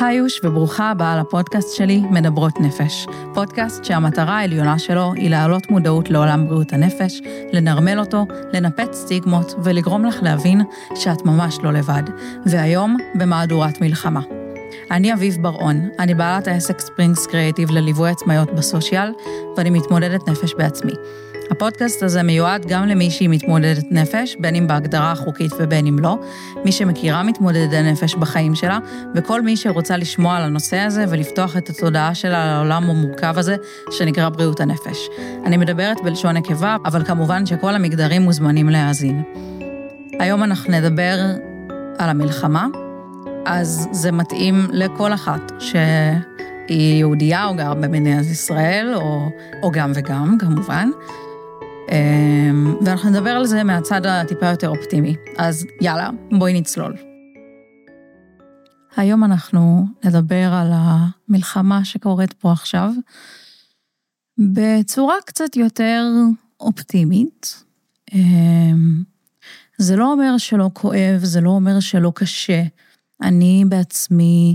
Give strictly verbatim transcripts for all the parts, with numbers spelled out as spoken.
היוש וברוכה הבאה לפודקאסט שלי, מדברות נפש. פודקאסט שהמטרה העליונה שלו היא להעלות מודעות לעולם בריאות הנפש, לנרמל אותו, לנפץ סטיגמות ולגרום לך להבין שאת ממש לא לבד. והיום במהדורת מלחמה. אני אביב בר-און, אני בעלת העסק ספרינגס קריאטיב לליווי עצמאיות בסושיאל, ואני מתמודדת נפש בעצמי. הפודקאסט הזה מיועד גם למי שהיא מתמודדת נפש, בין אם בהגדרה החוקית ובין אם לא, מי שמכירה מתמודדת נפש בחיים שלה, וכל מי שרוצה לשמוע על הנושא הזה ולפתוח את התודעה שלה לעולם המורכב הזה, שנקרא בריאות הנפש. אני מדברת בלשון נקבה, אבל כמובן שכל המגדרים מוזמנים להאזין. היום אנחנו נדבר על המלחמה, אז זה מתאים לכל אחת שהיא יהודייה או גרה במדינת ישראל, או, או גם וגם, כמובן. ואנחנו נדבר על זה מהצד הטיפה יותר אופטימי. אז יאללה, בואי נצלול. היום אנחנו נדבר על המלחמה שקורית פה עכשיו, בצורה קצת יותר אופטימית. זה לא אומר שלא כואב, זה לא אומר שלא קשה. אני בעצמי,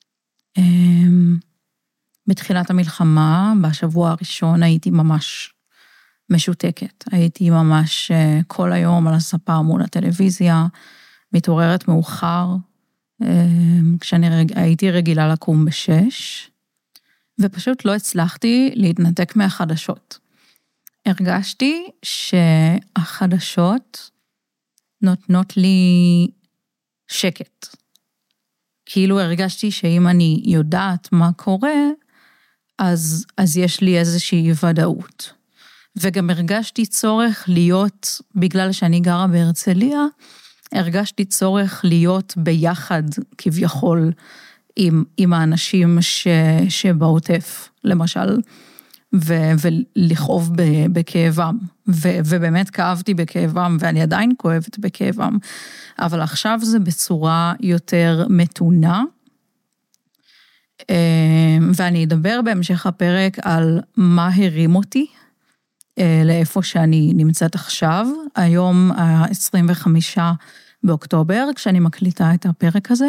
בתחילת המלחמה, בשבוע הראשון הייתי ממש משותקת. הייתי ממש כל היום על הספה מול הטלוויזיה, מתעוררת מאוחר, כשאני הייתי רגילה לקום בשש, ופשוט לא הצלחתי להתנתק מהחדשות. הרגשתי שהחדשות נותנות לי שקט. כאילו הרגשתי שאם אני יודעת מה קורה, אז, אז יש לי איזושהי ודאות. וגם הרגשתי צורך להיות, בגלל שאני גרה בהרצליה, הרגשתי צורך להיות ביחד כביכול עם, עם האנשים ש, שבעוטף, למשל, ו, ולכאוב בכאבם. ו, ובאמת כאבתי בכאבם, ואני עדיין כואבת בכאבם, אבל עכשיו זה בצורה יותר מתונה, ואני אדבר בהמשך הפרק על מה הרים אותי, לאיפה שאני נמצאת עכשיו, היום ה-עשרים וחמישה באוקטובר, כשאני מקליטה את הפרק הזה,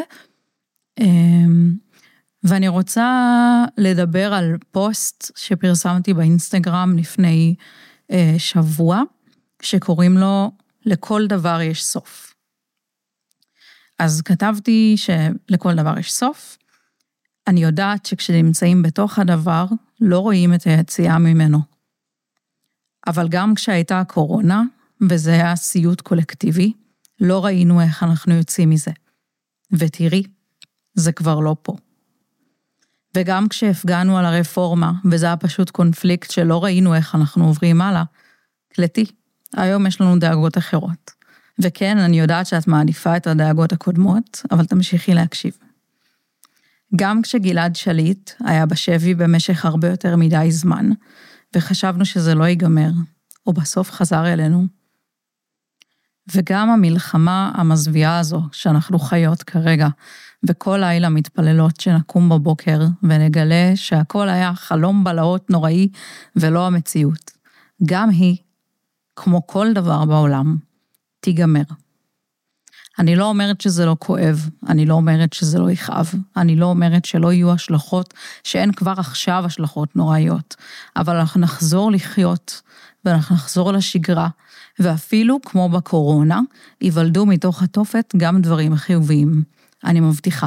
ואני רוצה לדבר על פוסט שפרסמתי באינסטגרם לפני שבוע, שקוראים לו לכל דבר יש סוף. אז כתבתי שלכל דבר יש סוף, אני יודעת שכשנמצאים בתוך הדבר, לא רואים את היציאה ממנו. אבל גם כשהייתה הקורונה, וזה היה סיוט קולקטיבי, לא ראינו איך אנחנו יוצאים מזה. ותראי, זה כבר לא פה. וגם כשהפגענו על הרפורמה, וזה היה פשוט קונפליקט שלא ראינו איך אנחנו עוברים הלאה, קלטי, היום יש לנו דאגות אחרות. וכן, אני יודעת שאת מעדיפה את הדאגות הקודמות, אבל תמשיכי להקשיב. גם כשגלעד שליט היה בשבי במשך הרבה יותר מדי זמן, וחשבנו שזה לא ייגמר, או בסוף חזר אלינו. וגם המלחמה המזוויעה הזו, שאנחנו חיות כרגע, וכל לילה מתפללות שנקום בבוקר, ונגלה שהכל היה חלום בלהות נוראי, ולא המציאות. גם היא, כמו כל דבר בעולם, תיגמר. אני לא אומרת שזה לא כואב, אני לא אומרת שזה לא יכאב, אני לא אומרת שלא יהיו השלכות, שאין כבר עכשיו השלכות נוראיות, אבל אנחנו נחזור לחיות, ואנחנו נחזור לשגרה, ואפילו כמו בקורונה, ייוולדו מתוך התופת גם דברים חיוביים, אני מבטיחה.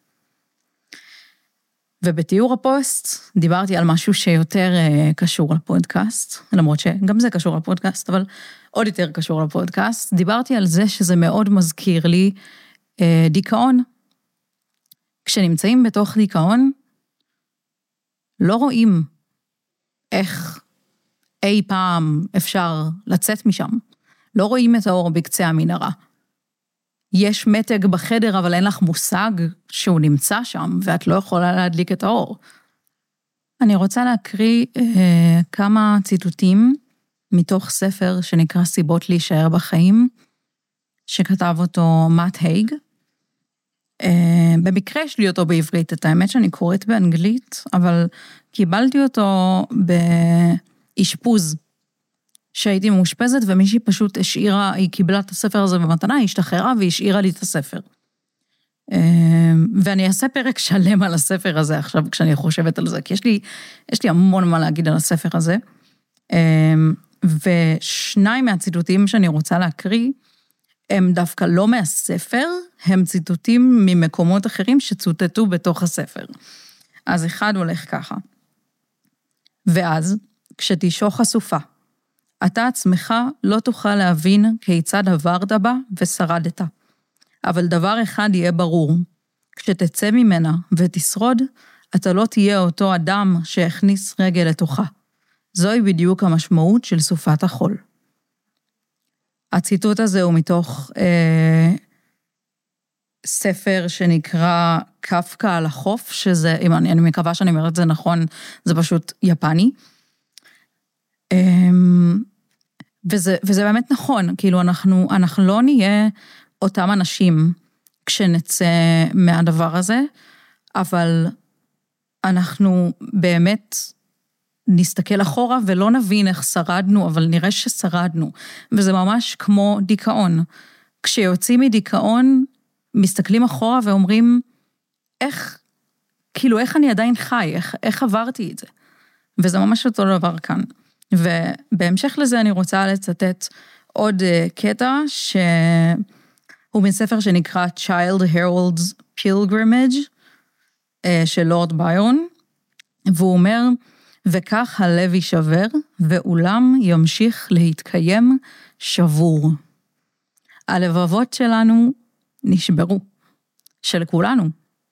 ובתיאור הפוסט, דיברתי על משהו שיותר uh, קשור לפודקאסט, למרות שגם זה קשור לפודקאסט, אבל עוד יותר קשור לפודקאסט, דיברתי על זה שזה מאוד מזכיר לי uh, דיכאון. כשנמצאים בתוך דיכאון, לא רואים איך אי פעם אפשר לצאת משם. לא רואים את האור בקצה המנהרה. יש מתג בחדר, אבל אין לך מושג שהוא נמצא שם, ואת לא יכולה להדליק את האור. אני רוצה להקריא אה, כמה ציטוטים מתוך ספר שנקרא סיבות להישאר בחיים, שכתב אותו מאט הייג. אה, במקרה יש לי אותו בעברית, את האמת שאני קוראת באנגלית, אבל קיבלתי אותו באשפוז, שהייתי מאושפזת, ומישהי פשוט השאירה, היא קיבלה את הספר הזה במתנה, היא השתחררה והיא השאירה לי את הספר. ואני אעשה פרק שלם על הספר הזה עכשיו, כשאני חושבת על זה, כי יש לי, יש לי המון מה להגיד על הספר הזה. ושניים מהציטוטים שאני רוצה להקריא, הם דווקא לא מהספר, הם ציטוטים ממקומות אחרים שצוטטו בתוך הספר. אז אחד הולך ככה. ואז, כשתישו חשופה, אתה עצמך לא תוכל להבין כיצד עברת בה ושרדת. אבל דבר אחד יהיה ברור, כשתצא ממנה ותשרוד, אתה לא תהיה אותו אדם שהכניס רגל לתוכה. זוהי בדיוק המשמעות של סופת החול. הציטוט הזה הוא מתוך אה, ספר שנקרא קפקא על החוף, שזה, אם אני, אני מקווה שאני אומרת את זה נכון, זה פשוט יפני. אה, וזה, וזה באמת נכון, כאילו אנחנו, אנחנו לא נהיה אותם אנשים כשנצא מהדבר הזה, אבל אנחנו באמת נסתכל אחורה ולא נבין איך שרדנו, אבל נראה ששרדנו. וזה ממש כמו דיכאון. כשיוצאים מדיכאון, מסתכלים אחורה ואומרים, איך, כאילו, איך אני עדיין חי, איך, איך עברתי את זה. וזה ממש אותו דבר כאן. ובהמשך לזה אני רוצה לצטט עוד קטע, שהוא מספר שנקרא Child Herald's Pilgrimage, של לורד ביירון, והוא אומר, וכך הלב יישבר, ואולם ימשיך להתקיים שבור. הלבבות שלנו נשברו, של כולנו,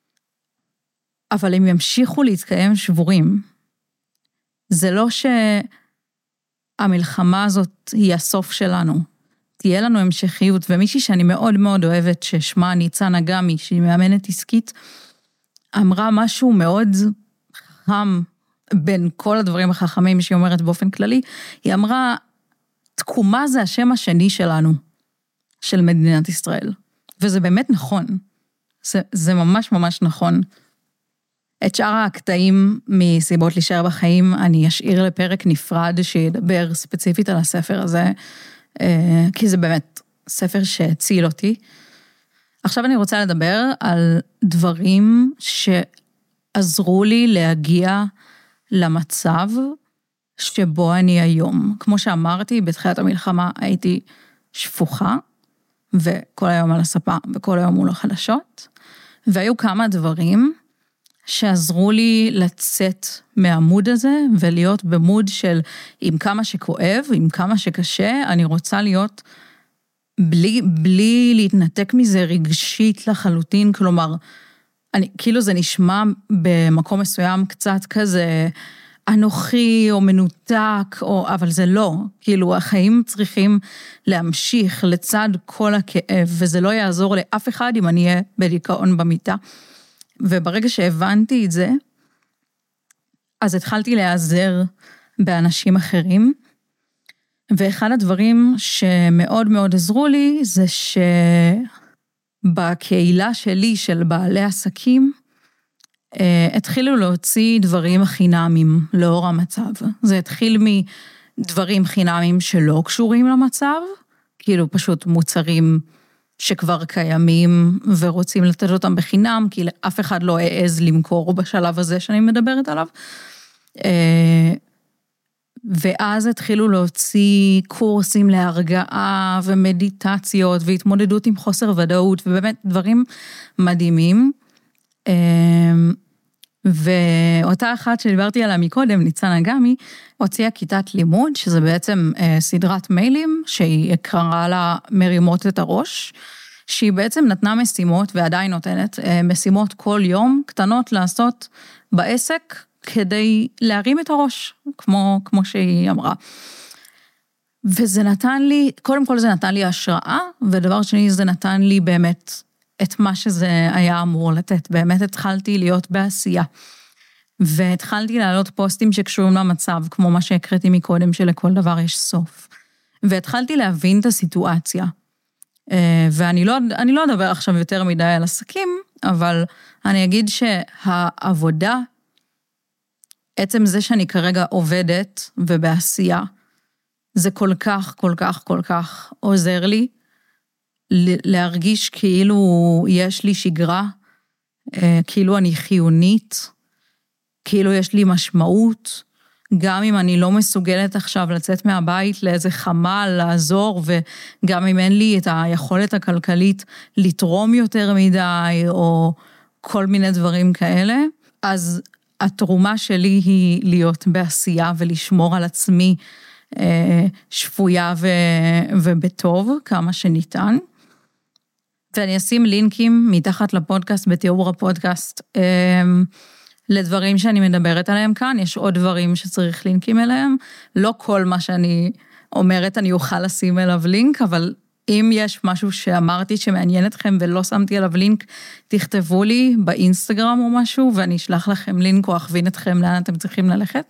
אבל הם ימשיכו להתקיים שבורים. זה לא שהמלחמה הזאת היא הסוף שלנו, תהיה לנו המשכיות, ומישהי שאני מאוד מאוד אוהבת, ששמה ניצן אגמי, שהיא מאמנת עסקית, אמרה משהו מאוד חכם, בין כל הדברים החכמים שהיא אומרת באופן כללי, היא אמרה, תקומה זה השם השני שלנו, של מדינת ישראל. וזה באמת נכון. זה, זה ממש ממש נכון. את שאר הקטעים מסיבות להישאר בחיים, אני אשאיר לפרק נפרד שידבר ספציפית על הספר הזה, כי זה באמת ספר שהציל אותי. עכשיו אני רוצה לדבר על דברים שעזרו לי להגיע למצב שבו אני היום. כמו שאמרתי, בתחילת המלחמה הייתי שפוכה, וכל היום על הספה, וכל היום מול החדשות, והיו כמה דברים שעזרו לי לצאת מהמוד הזה, ולהיות במוד של עם כמה שכואב, עם כמה שקשה, אני רוצה להיות בלי, בלי להתנתק מזה רגשית לחלוטין, כלומר, אני, כאילו זה נשמע במקום מסוים קצת כזה אנוכי או מנותק, או, אבל זה לא, כאילו החיים צריכים להמשיך לצד כל הכאב, וזה לא יעזור לאף אחד אם אני אהיה בדיכאון במיטה. וברגע שהבנתי את זה, אז התחלתי להיעזר באנשים אחרים, ואחד הדברים שמאוד מאוד עזרו לי, זה שבקהילה שלי של בעלי עסקים, התחילו להוציא דברים חינמים לאור המצב. זה התחיל מדברים חינמים שלא קשורים למצב, כאילו פשוט מוצרים שכבר קיימים ורוצים לתת אותם בחינם, כי אף אחד לא העז למכור בשלב הזה שאני מדברת עליו. ואז התחילו להוציא קורסים להרגעה ומדיטציות והתמודדות עם חוסר ודאות, ובאמת דברים מדהימים. ואותה אחת שדיברתי עליה מקודם, ניצן אגמי, הוציאה כיתת לימוד, שזה בעצם סדרת מיילים, שהיא קראה לה מרימות את הראש, שהיא בעצם נתנה משימות, ועדיין נותנת משימות כל יום, קטנות לעשות בעסק, כדי להרים את הראש, כמו, כמו שהיא אמרה. וזה נתן לי, קודם כל זה נתן לי השראה, ודבר שני זה נתן לי באמת את מה שזה היה אמור לתת. באמת התחלתי להיות בעשייה. והתחלתי להעלות פוסטים שקשורים למצב, כמו מה שהקראתי מקודם, שלכל דבר יש סוף. והתחלתי להבין את הסיטואציה. ואני לא, אני לא אדבר עכשיו יותר מדי על עסקים, אבל אני אגיד שהעבודה, עצם זה שאני כרגע עובדת ובעשייה, זה כל כך, כל כך, כל כך עוזר לי, להרגיש כאילו יש לי שגרה, כאילו אני חיונית, כאילו יש לי משמעות, גם אם אני לא מסוגלת עכשיו לצאת מהבית לאיזה חמל, לעזור, וגם אם אין לי את היכולת הכלכלית לתרום יותר מדי, או כל מיני דברים כאלה, אז התרומה שלי היא להיות בעשייה ולשמור על עצמי שפויה ובטוב כמה שניתן. ואני אשים לינקים מתחת לפודקאסט, בתיאור הפודקאסט, לדברים שאני מדברת עליהם כאן. יש עוד דברים שצריך לינקים אליהם. לא כל מה שאני אומרת אני אוכל לשים אליו לינק, אבל אם יש משהו שאמרתי שמעניין אתכם ולא שמתי עליו לינק, תכתבו לי באינסטגרם או משהו, ואני אשלח לכם לינק או אכווין אתכם לאן אתם צריכים ללכת.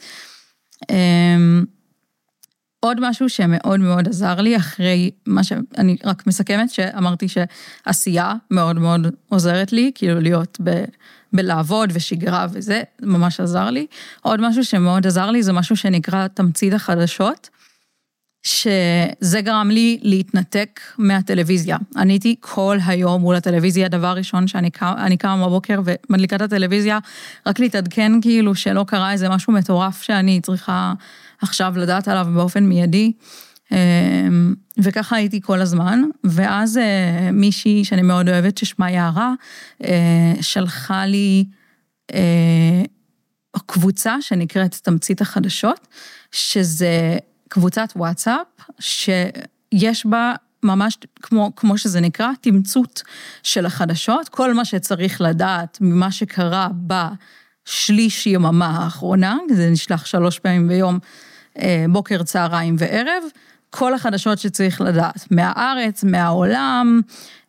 עוד משהו שמאוד מאוד עזר לי אחרי מה שאני רק מסכמת, שאמרתי שעשייה מאוד מאוד עוזרת לי, כאילו להיות ב, בלעבוד ושגרה וזה, ממש עזר לי. עוד משהו שמאוד עזר לי זה משהו שנקרא תמצית החדשות, שזה גרם לי להתנתק מהטלוויזיה. אני הייתי כל היום מול הטלוויזיה, דבר ראשון שאני אני קמה בבוקר ומדליקה את הטלוויזיה, רק להתעדכן כאילו שלא קרה איזה משהו מטורף שאני צריכה עכשיו לדעת עליו באופן מיידי, וככה הייתי כל הזמן, ואז מישהי שאני מאוד אוהבת ששמה יערה, שלחה לי קבוצה שנקראת תמצית החדשות, שזה קבוצת וואטסאפ, שיש בה ממש, כמו, כמו שזה נקרא, תמצות של החדשות, כל מה שצריך לדעת ממה שקרה בשליש יממה האחרונה, זה נשלח שלוש פעמים ביום, בוקר, צהריים וערב, כל החדשות שצריך לדעת, מהארץ, מהעולם,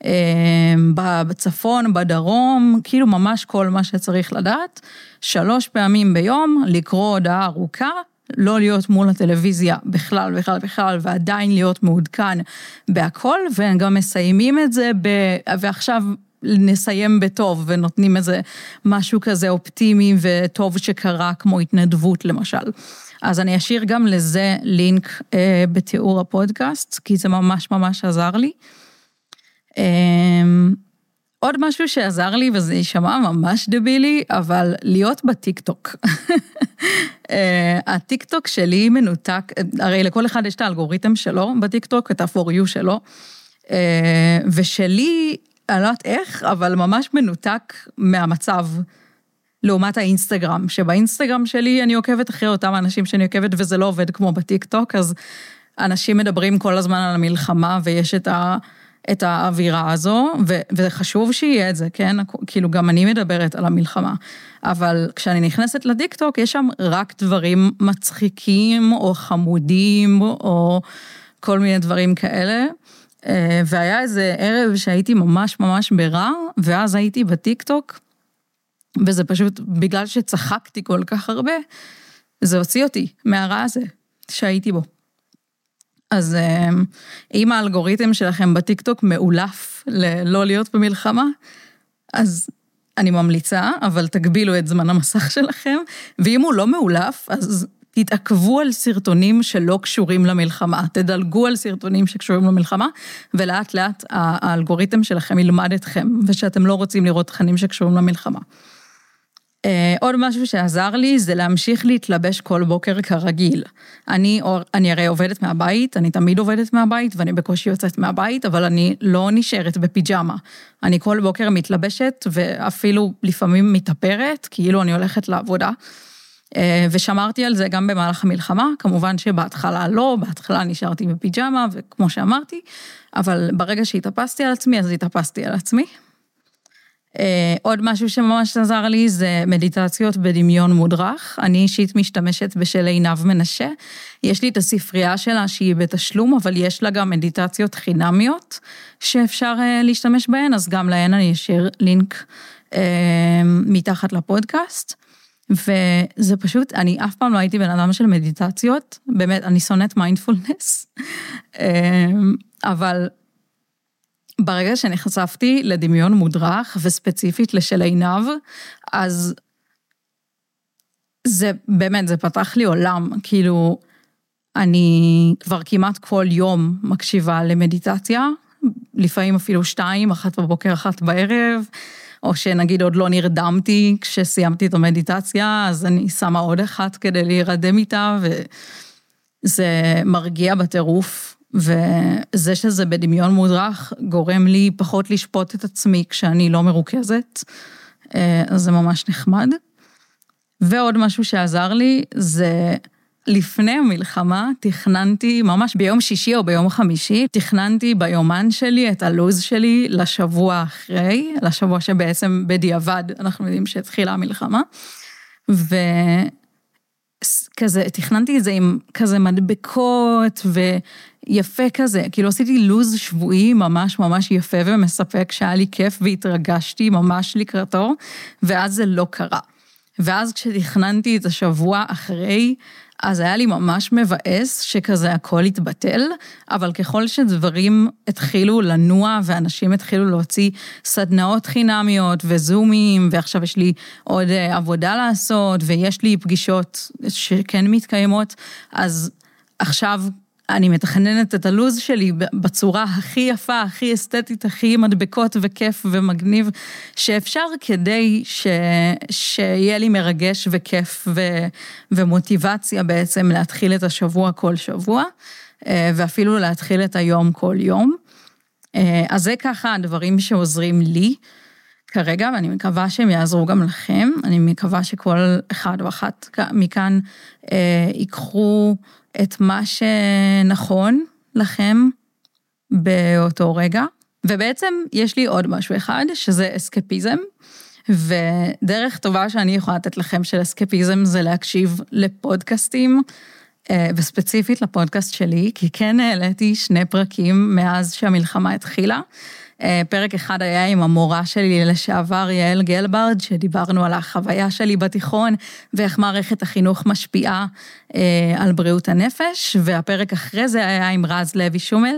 בצפון, בדרום, כאילו ממש כל מה שצריך לדעת, שלוש פעמים ביום, לקרוא הודעה ארוכה, לא להיות מול הטלוויזיה בכלל, בכלל, בכלל, ועדיין להיות מעודכן בהכל, וגם מסיימים את זה, ב... ועכשיו נסיים בטוב, ונותנים איזה משהו כזה אופטימי וטוב שקרה, כמו התנדבות למשל. אז אני אשאיר גם לזה לינק אה, בתיאור הפודקאסט, כי זה ממש ממש עזר לי. אה, עוד משהו שעזר לי, וזה יישמע ממש דבילי, אבל להיות בטיקטוק. הטיקטוק שלי מנותק, הרי לכל אחד יש את האלגוריתם שלו בטיקטוק, את ה-פור יו שלו, ושלי, אני לא יודעת איך, אבל ממש מנותק מהמצב, לעומת האינסטגרם, שבאינסטגרם שלי אני עוקבת אחרי אותם אנשים שאני עוקבת, וזה לא עובד כמו בטיקטוק, אז אנשים מדברים כל הזמן על המלחמה, ויש את ה... את האווירה הזו, ו- וחשוב שיהיה את זה, כן? כאילו גם אני מדברת על המלחמה, אבל כשאני נכנסת לדיקטוק, יש שם רק דברים מצחיקים, או חמודים, או כל מיני דברים כאלה, והיה איזה ערב שהייתי ממש ממש ברע, ואז הייתי בטיקטוק, וזה פשוט, בגלל שצחקתי כל כך הרבה, זה הוציא אותי מהרע הזה שהייתי בו. אז אם האלגוריתם שלכם בטיקטוק מאולף לא להיות במלחמה, אז אני ממליצה, אבל תגבילו את זמן המסך שלכם, ואם הוא לא מאולף, אז תתעכבו על סרטונים שלא קשורים למלחמה, תדלגו על סרטונים שקשורים למלחמה, ולאט לאט האלגוריתם שלכם ילמד אתכם, ושאתם לא רוצים לראות תכנים שקשורים למלחמה. עוד משהו שעזר לי זה להמשיך להתלבש כל בוקר כרגיל. אני, אני הרי עובדת מהבית, אני תמיד עובדת מהבית, ואני בקושי יוצאת מהבית, אבל אני לא נשארת בפיג'מה. אני כל בוקר מתלבשת, ואפילו לפעמים מתאפרת, כאילו אני הולכת לעבודה. ושמרתי על זה גם במהלך המלחמה, כמובן שבהתחלה לא, בהתחלה נשארתי בפיג'מה, וכמו שאמרתי, אבל ברגע שהתאפסתי על עצמי, אז התאפסתי על עצמי. עוד משהו שממש עזר לי זה מדיטציות בדמיון מודרך. אני אישית משתמשת בשל עינב מנשה. יש לי את הספרייה שלה שהיא בתשלום, אבל יש לה גם מדיטציות חינמיות שאפשר להשתמש בהן, אז גם להן אני אשאיר לינק מתחת לפודקאסט. וזה פשוט, אני אף פעם לא הייתי בן אדם של מדיטציות, באמת, אני שונאת מיינדפולנס, אבל ברגע שנחשפתי לדמיון מודרך, וספציפית לשל עינב, אז זה באמת, זה פתח לי עולם, כאילו, אני כבר כמעט כל יום מקשיבה למדיטציה, לפעמים אפילו שתיים, אחת בבוקר, אחת בערב, או שנגיד עוד לא נרדמתי כשסיימתי את המדיטציה, אז אני שמה עוד אחת כדי להירדם איתה, וזה מרגיע בטירוף, וזה שזה בדמיון מודרך גורם לי פחות לשפוט את עצמי כשאני לא מרוכזת, אז זה ממש נחמד. ועוד משהו שעזר לי, זה לפני המלחמה, תכננתי, ממש ביום שישי או ביום חמישי, תכננתי ביומן שלי את הלוז שלי לשבוע אחרי, לשבוע שבעצם בדיעבד, אנחנו יודעים שהתחילה המלחמה, וכזה, תכננתי את זה עם כזה מדבקות ויפה כזה, כאילו עשיתי לוז שבועי ממש ממש יפה ומספק, שהיה לי כיף והתרגשתי ממש לקראתו, ואז זה לא קרה. ואז כשתכננתי את השבוע אחרי, אז היה לי ממש מבאס שכזה הכל התבטל, אבל ככל שדברים התחילו לנוע, ואנשים התחילו להוציא סדנאות חינמיות וזומים, ועכשיו יש לי עוד עבודה לעשות, ויש לי פגישות שכן מתקיימות, אז עכשיו אני מתכננת את הלוז שלי בצורה הכי יפה, הכי אסתטית, הכי מדבקות וכיף ומגניב שאפשר, כדי ש... שיהיה לי מרגש וכיף ו... ומוטיבציה בעצם להתחיל את השבוע כל שבוע, ואפילו להתחיל את היום כל יום. אז זה ככה הדברים שעוזרים לי כרגע, ואני מקווה שהם יעזרו גם לכם. אני מקווה שכל אחד ואחת מכאן ייקחו את מה שנכון לכם באותו רגע. ובעצם יש לי עוד משהו אחד, שזה אסקפיזם, ודרך טובה שאני יכולה לתת לכם של אסקפיזם, זה להקשיב לפודקאסטים, וספציפית לפודקאסט שלי, כי כן העליתי שני פרקים מאז שהמלחמה התחילה. פרק אחד היה עם המורה שלי לשעבר, יעל גלברד, שדיברנו על החוויה שלי בתיכון, ואיך מערכת החינוך משפיעה על בריאות הנפש, והפרק אחרי זה היה עם רז לוי שומל,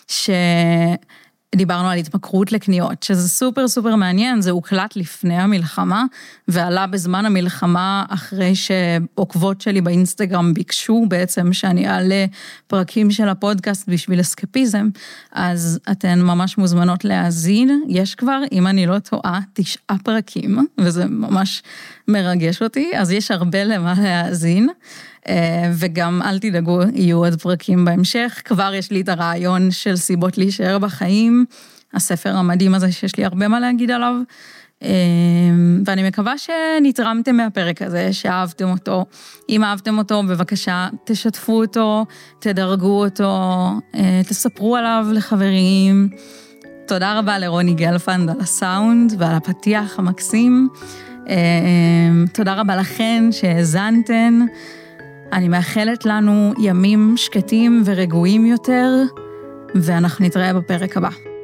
שדיברנו על התמכרות לקניות, שזה סופר סופר מעניין, זה הוקלט לפני המלחמה, ועלה בזמן המלחמה, אחרי שעוקבות שלי באינסטגרם ביקשו בעצם שאני אעלה פרקים של הפודקאסט בשביל אסקפיזם, אז אתן ממש מוזמנות להאזין, יש כבר, אם אני לא טועה, תשעה פרקים, וזה ממש מרגש אותי, אז יש הרבה למה להאזין, וגם אל תדאגו, יהיו עוד פרקים בהמשך, כבר יש לי את הרעיון של סיבות להישאר בחיים, הספר המדהים הזה שיש לי הרבה מה להגיד עליו, ואני מקווה שנתרמתם מהפרק הזה, שאהבתם אותו. אם אהבתם אותו, בבקשה תשתפו אותו, תדרגו אותו, תספרו עליו לחברים. תודה רבה לרוני גלפנד על הסאונד ועל הפתיח המקסים. תודה רבה לכן שהאזנתן. אני מאחלת לנו ימים שקטים ורגועים יותר, ואנחנו נתראה בפרק הבא.